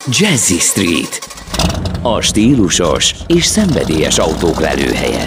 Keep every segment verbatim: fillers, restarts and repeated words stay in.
Jazzy Street, a stílusos és szenvedélyes autók lelőhelye.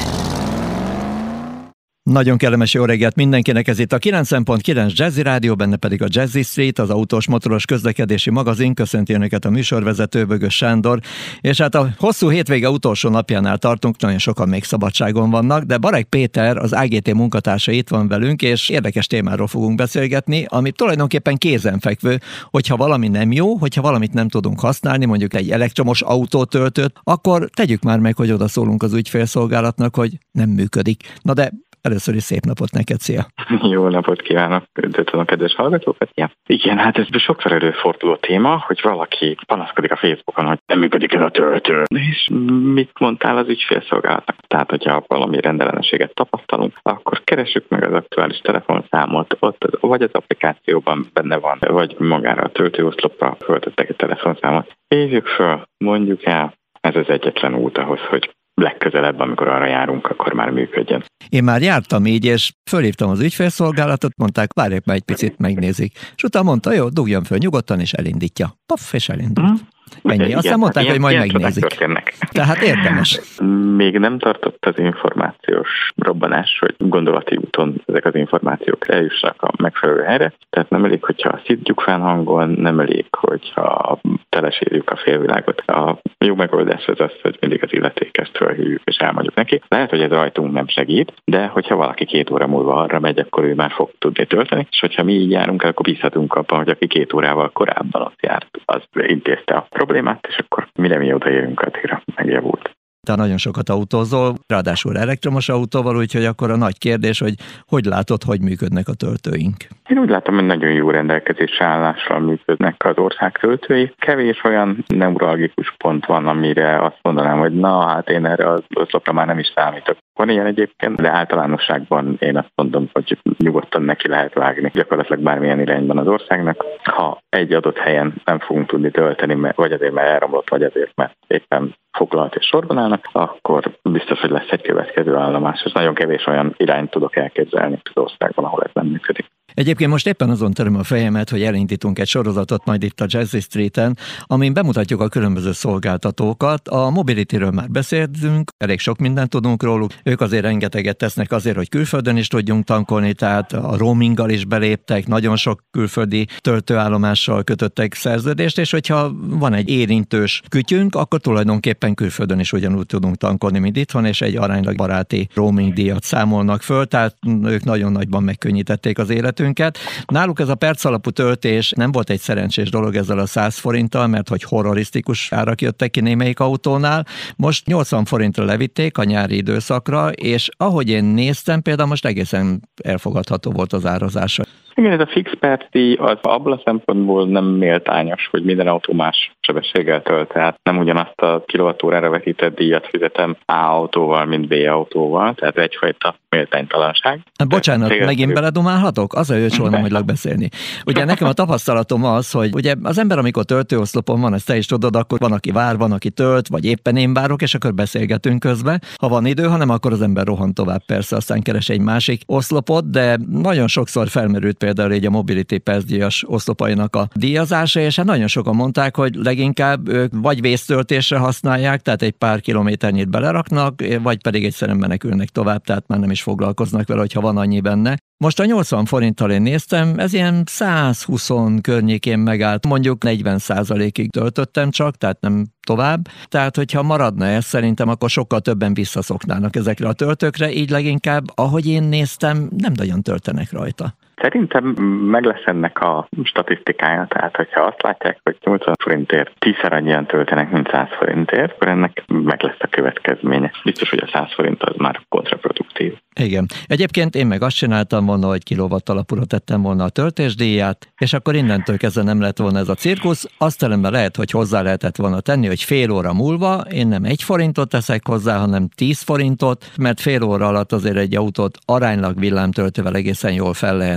Nagyon kellemes jó reggelt mindenkinek, ez itt a kilencven pont kilenc Jazzy Rádió, benne pedig a Jazzy Street, az autós motoros közlekedési magazin. Köszönti önöket a műsorvezető, Bögös Sándor. És hát a hosszú hétvége utolsó napjánál tartunk, nagyon sokan még szabadságon vannak, de Bareg Péter, az á gé té munkatársa itt van velünk, és érdekes témáról fogunk beszélgetni, ami tulajdonképpen kézenfekvő, hogyha valami nem jó, hogyha valamit nem tudunk használni, mondjuk egy elektromos autótöltőt, akkor tegyük már meg, hogy oda szólunk az ügyfélszolgálatnak, hogy nem működik. Na de először is szép napot neked, szia! Jó napot kívánok, üdvözlöm a kedves hallgatókat. Ja. Igen, hát ez sokszor előforduló téma, hogy valaki panaszkodik a Facebookon, hogy nem működik ez a töltő. És mit mondtál az ügyfélszolgálatnak? Tehát, hogyha valami rendellenességet tapasztalunk, akkor keressük meg az aktuális telefonszámot, ott az, vagy az applikációban benne van, vagy magára a töltőoszlopra föltettek egy telefonszámot. Hívjuk föl, mondjuk el, ez az egyetlen út ahhoz, hogy legközelebb, amikor arra járunk, akkor már működjön. Én már jártam így, és fölhívtam az ügyfélszolgálatot, mondták, várják már egy picit, megnézik. És utána mondta, jó, dugjon föl nyugodtan, és elindítja. Paff, és elindult. Mm. Ennyi. Aztán igen, mondták, ilyen, hogy majd megnézik. Tehát érdemes. Még nem tartott az információs robbanás, hogy gondolati úton ezek az információk eljussanak a megfelelő helyre. Tehát nem elég, hogyha szidjuk fennhangon, nem elég, hogyha telesírjuk a félvilágot. A jó megoldás az az, hogy mindig az illetékest fölhívjuk és elmondjuk neki. Lehet, hogy ez rajtunk nem segít, de hogyha valaki két óra múlva arra megy, akkor ő már fog tudni tölteni, és hogyha mi így járunk, akkor bízhatunk abban, hogy aki két órával korábban ott járt, az intézte a problémát, és akkor mire mi odaérünk, addigra megjavult. Te nagyon sokat autózol, ráadásul elektromos autóval, úgyhogy akkor a nagy kérdés, hogy hogy látod, hogy működnek a töltőink? Én úgy látom, hogy nagyon jó rendelkezésre állással működnek az ország töltői. Kevés olyan neuralgikus pont van, amire azt mondanám, hogy na, hát én erre az oszlopra már nem is számítok. Van ilyen egyébként, de általánosságban én azt mondom, hogy nyugodtan neki lehet vágni gyakorlatilag bármilyen irányban az országnak. Ha egy adott helyen nem fogunk tudni tölteni, vagy azért, mert elromlott, vagy azért, mert éppen foglalt és sorban állnak, akkor biztos, hogy lesz egy következő állomás. És nagyon kevés olyan irányt tudok elképzelni az országban, ahol ez nem működik. Egyébként most éppen azon töröm a fejemet, hogy elindítunk egy sorozatot majd itt a Jazzy Streeten, amin bemutatjuk a különböző szolgáltatókat. A Mobility-ről már beszéltünk, elég sok mindent tudunk róluk. Ők azért rengeteget tesznek azért, hogy külföldön is tudjunk tankolni, tehát a roaminggal is beléptek, nagyon sok külföldi töltőállomással kötöttek szerződést, és hogyha van egy érintős kütyünk, akkor tulajdonképpen külföldön is ugyanúgy tudunk tankolni, mint itthon, és egy aránylag baráti roaming díjat számolnak föl, tehát ők nagyon nagyban megkönnyítették az életünket. Náluk ez a perc alapú töltés nem volt egy szerencsés dolog ezzel a száz forinttal, mert hogy horrorisztikus árak jöttek ki némelyik autónál. Most nyolcvan forintra levitték a nyári időszakra, és ahogy én néztem, például most egészen elfogadható volt az árazása. Igen, ez a fix percdíj az abból a szempontból nem méltányos, hogy minden autó más sebességgel tölt, tehát nem ugyanazt a kilovattórára vetített díjat fizetem A autóval, mint B autóval, tehát egyfajta méltánytalanság. Bocsánat, Téged megint ő... beledumálhatok? Az a jó, hogy nem hagylak beszélni. Ugye nekem a tapasztalatom az, hogy ugye az ember, amikor töltőoszlopon van, ezt te is tudod, akkor van, aki vár, van, aki tölt, vagy éppen én várok, és akkor beszélgetünk közben. Ha van idő, ha nem, akkor az ember rohan tovább, persze, aztán keres egy másik oszlopot, de nagyon sokszor felmerült például egy a Mobility percdíjas oszlopainak a díjazása, és hát nagyon sokan mondták, hogy leginkább ők vagy vésztöltésre használják, tehát egy pár kilométernyit beleraknak, vagy pedig egyszerűen menekülnek tovább, tehát már nem is foglalkoznak vele, hogyha van annyi benne. Most a nyolcvan forinttal én néztem, ez ilyen száz húsz környékén megállt, mondjuk negyven százalékig töltöttem csak, tehát nem tovább. Tehát, hogyha maradna ez, szerintem akkor sokkal többen visszaszoknának ezekre a töltőkre, így leginkább, ahogy én néztem, nem nagyon töltenek rajta. Szerintem meg lesz ennek a statisztikája, tehát hogyha azt látják, hogy nyolcvan forintért tízszer annyian töltenek, mint száz forintért, akkor ennek meg lesz a következménye. Biztos, hogy a száz forint az már kontraproduktív. Igen. Egyébként én meg azt csináltam volna, hogy kilowatt alapúra tettem volna a töltésdíját, és akkor innentől kezdve nem lett volna ez a cirkusz. Azt ellenben lehet, hogy hozzá lehetett volna tenni, hogy fél óra múlva én nem egy forintot teszek hozzá, hanem tíz forintot, mert fél óra alatt azért egy autót aránylag villámtöltővel egészen jól fel lehet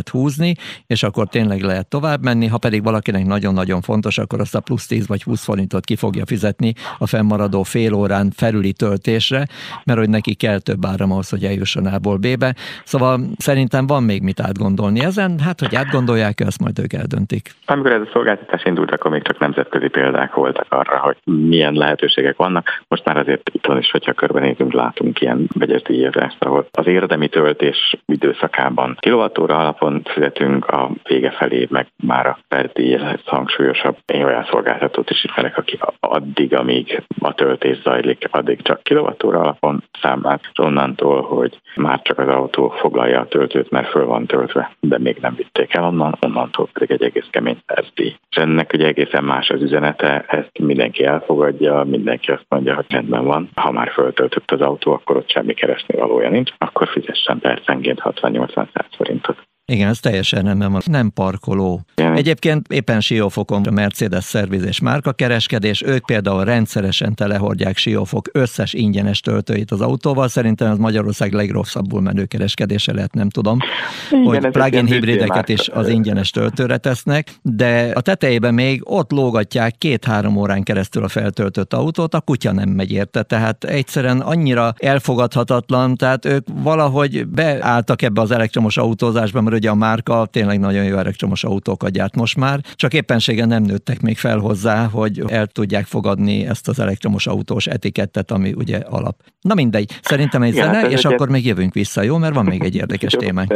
lehet húzni, és akkor tényleg lehet tovább menni, ha pedig valakinek nagyon-nagyon fontos, akkor azt a plusz tíz vagy húsz forintot ki fogja fizetni a fennmaradó fél órán felüli töltésre, mert hogy neki kell több áram ahhoz, hogy eljusson A-ból B-be. Szóval szerintem van még mit átgondolni ezen, hát hogy átgondolják, azt majd ők eldöntik. Amikor ez a szolgáltatás indult, akkor még csak nemzetközi példák voltak arra, hogy milyen lehetőségek vannak. Most már azért itt van is, hogyha körbenézünk, látunk ilyen vegyes díjazást, ahol az érdemi töltés időszakában kilovattóra alapon fizetünk, a vége felé meg már a percdíj hangsúlyosabb. Én olyan szolgáltatót is ismerek, aki addig, amíg a töltés zajlik, addig csak kilovattóra alapon számlát, és onnantól, hogy már csak az autó foglalja a töltőt, mert föl van töltve, de még nem vitték el onnan, onnantól pedig egy egész kemény percdíj. És ennek ugye egészen más az üzenete, ezt mindenki elfogadja, mindenki azt mondja, hogy rendben van, ha már föltöltött az autó, akkor ott semmi keresni valója nincs, akkor fizessen percenként hatvan-nyolcvan-száz forintot. Igen, ez teljesen rendben van. Nem parkoló. Igen. Egyébként éppen Siófokon a Mercedes szerviz és márkakereskedés, ők például rendszeresen telehordják Siófok összes ingyenes töltőit az autóval. Szerintem ez Magyarország legrosszabbul menő kereskedése lehet, nem tudom, igen, hogy plug-in hibrideket is az ingyenes töltőre tesznek, de a tetejében még ott lógatják két-három órán keresztül a feltöltött autót, a kutya nem megy érte, tehát egyszerűen annyira elfogadhatatlan, tehát ők valahogy beálltak ebbe az elektromos autózásba, mert ugye a márka tényleg nagyon jó elektromos autókat gyárt most már, csak éppenséggel nem nőttek még fel hozzá, hogy el tudják fogadni ezt az elektromos autós etikettet, ami ugye alap. Na mindegy, szerintem egy zene, ja, és egy akkor még jövünk vissza, jó? Mert van még egy érdekes témánk.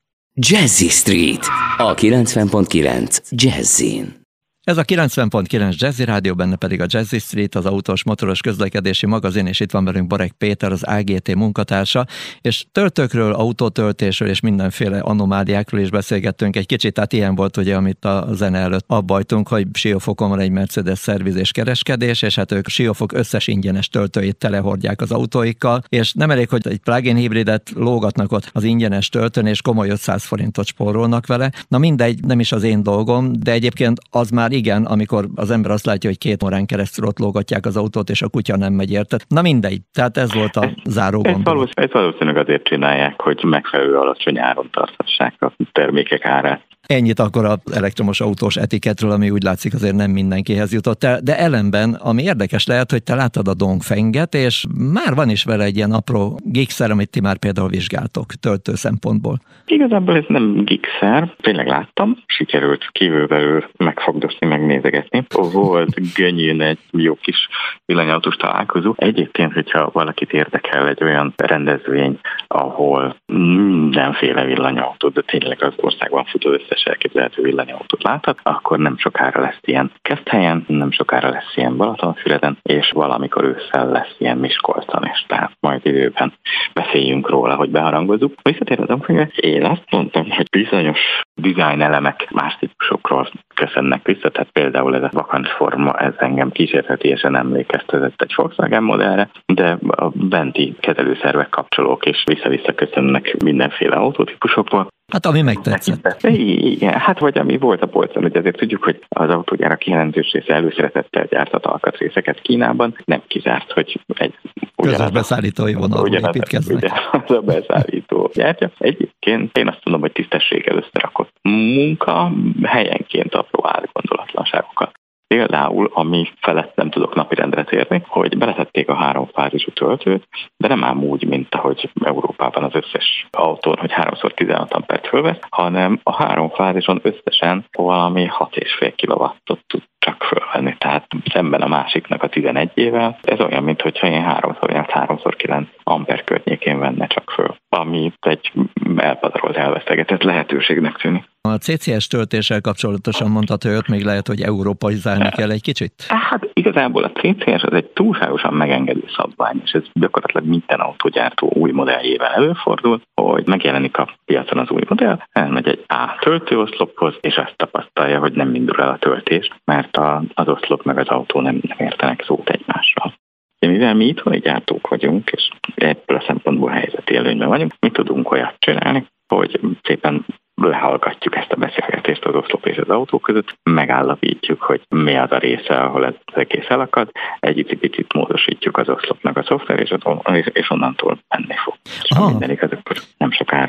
Jazzy Street, a kilencven pont kilenc Jazzin. Ez a kilencven pont kilenc Jazzy Rádió, benne pedig a Jazzy Street, az autós motoros közlekedési magazin, és itt van velünk Barek Péter, az á gé té munkatársa, és töltőkről, autótöltésről és mindenféle anomáliákról is beszélgettünk egy kicsit, tehát ilyen volt ugye, amit a zene előtt abbajtunk, hogy Siófokon van egy Mercedes szerviz és kereskedés, és hát ők Siófok összes ingyenes töltőit telehordják az autóikkal, és nem elég, hogy egy plug-in hibridet lógatnak ott az ingyenes töltőn, és komoly ötszáz forintot spórolnak vele. Na mindegy, nem is az én dolgom, de egyébként az már igen, amikor az ember azt látja, hogy két órán keresztül ott lógatják az autót, és a kutya nem megy érte. Na mindegy, tehát ez volt a záró ez, gondolat. valószínűleg, ez valószínűleg azért csinálják, hogy megfelelő alacsony áron tartassák a termékek árát. Ennyit akkor az elektromos autós etiketről, ami úgy látszik azért nem mindenkihez jutott el, de ellenben, ami érdekes lehet, hogy te láttad a Dongfenget, és már van is vele egy ilyen apró gigszer, amit ti már például vizsgáltok töltő szempontból. Igazából ez nem gigszer, tényleg láttam, sikerült kívülbelül megfogdosni, megnézegetni. Volt Gönyén egy jó kis villanyautós találkozó. Egyébként, hogyha valakit érdekel egy olyan rendezvény, ahol mindenféle villanyautó, de tényleg az országban futó összes elképzelhető villanyautót láthat, akkor nem sokára lesz ilyen Keszthelyen, nem sokára lesz ilyen Balatonfüreden, és valamikor ősszel lesz ilyen Miskolcon is. Tehát majd időben beszéljünk róla, hogy beharangozzuk. Visszatérve a Dongfengre, én azt mondtam, hogy bizonyos design elemek más típusokról köszönnek vissza, tehát például ez a vakancsforma, ez engem kísértetésen emlékeztetett egy Volkswagen modellre, de a benti kezelőszervek, kapcsolók is vissza-vissza köszönnek mindenféle autótípusokból. Hát ami megtetszett. Igen, hát vagy ami volt a polcon, hogy azért tudjuk, hogy az autógyárak jelentős része előszeretettel gyártott alkatrészeket Kínában, nem kizárt, hogy egy közös beszállítói vonalon építkeznek. Az a beszállító gyártja. Egyébként én azt mondom, hogy tisztességgel összerakott munka, helyenként apró átgondolatlanságokkal. Például, ami felett nem tudok napirendre térni, hogy beletették a háromfázisú töltőt, de nem ám úgy, mint ahogy Európában az összes autón, hogy háromszor tizenhat ampert fölvesz, hanem a háromfázison összesen valami hat és fél kilowattot tud csak fölvenni. Tehát szemben a másiknak a tizenegyével, ez olyan, mintha én háromszor háromszor kilenc amper környékén venne csak föl, ami egy elpadarolt, elvesztegetett lehetőségnek tűnik. A cé cé es töltéssel kapcsolatosan mondtad, hogy ott még lehet, hogy európaizálni kell egy kicsit? Hát igazából a cé cé es az egy túlságosan megengedő szabvány, és ez gyakorlatilag minden autógyártó új modelljével előfordul, hogy megjelenik a piacon az új modell, elmegy egy A töltőoszlophoz, és azt tapasztalja, hogy nem indul el a töltés, mert az oszlop meg az autó nem, nem értenek szót egymással. De mivel mi itthoni gyártók vagyunk, és ebből a szempontból helyzeti előnyben vagyunk, mi tudunk olyat csinálni, hogy szépen lehallgatjuk ezt a beszélgetést az oszlop és az autó között, megállapítjuk, hogy mi az a része, ahol ez egész elakad, egy picit módosítjuk az oszlopnak a szoftver, és, és onnantól menni fog. És ha minden igaz, akkor nem sokára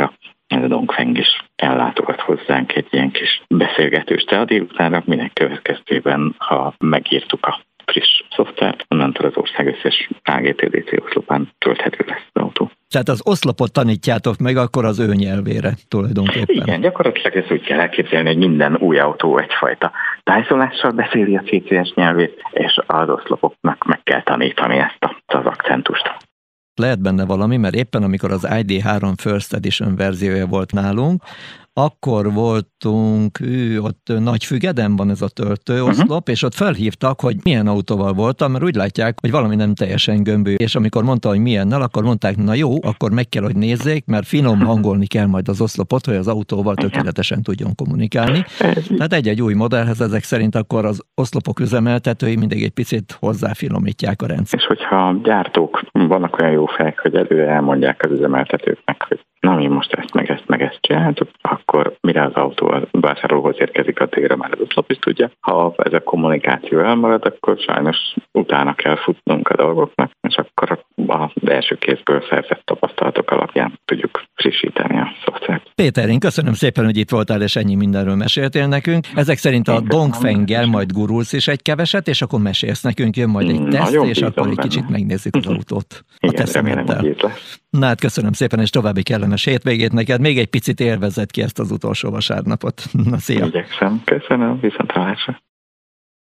ez a Dongfeng is ellátogat hozzánk egy ilyen kis beszélgetős a délutánra, minek következtében, ha megírtuk a friss szoftvert, onnantól az ország összes á gé té dé cé oszlopán tölthető lesz az autó. Tehát az oszlopot tanítjátok meg akkor az ő nyelvére tulajdonképpen. Igen, gyakorlatilag ezt úgy kell elképzelni, hogy minden új autó egyfajta tájszólással beszéli a cé cé es nyelvét, és az oszlopoknak meg kell tanítani ezt az akcentust. Lehet benne valami, mert éppen amikor az i dé három First Edition verziója volt nálunk, akkor voltunk, ő, ott Nagyfügeden van ez a töltőoszlop, uh-huh. és ott felhívtak, hogy milyen autóval voltam, mert úgy látják, hogy valami nem teljesen gömbű. És amikor mondta, hogy milyennel, akkor mondták, na jó, akkor meg kell, hogy nézzék, mert finom hangolni kell majd az oszlopot, hogy az autóval tökéletesen tudjon kommunikálni. Tehát egy-egy új modellhez ezek szerint akkor az oszlopok üzemeltetői mindig egy picit hozzáfinomítják a rendszert. És hogyha a gyártók vannak olyan jó fejek, hogy előre elmondják az üzemeltetőknek, hogy na mi most ezt meg ezt meg ezt csináltuk, akkor mire az autó a vásárlóhoz érkezik a térre, már az oszlop is tudja. Ha ez a kommunikáció elmarad, akkor sajnos utána kell futnunk a dolgoknak, és akkor az első kézből szerzett tapasztalatok alapján tudjuk frissíteni a szoftvert. Péter, én köszönöm szépen, hogy itt voltál, és ennyi mindenről meséltél nekünk. Ezek szerint a Dongfenggel majd gurulsz is egy keveset, és akkor mesélsz nekünk, jön majd egy teszt, Nagyon és akkor egy benne. Kicsit megnézzük az autót. Igen, remélem, hogy így lesz. Na hát köszönöm szépen, és további kellemes hétvégét neked. Még egy picit élvezed ki ezt az utolsó vasárnapot. Na, szia! Igyekszem. Köszönöm, viszontlátásra.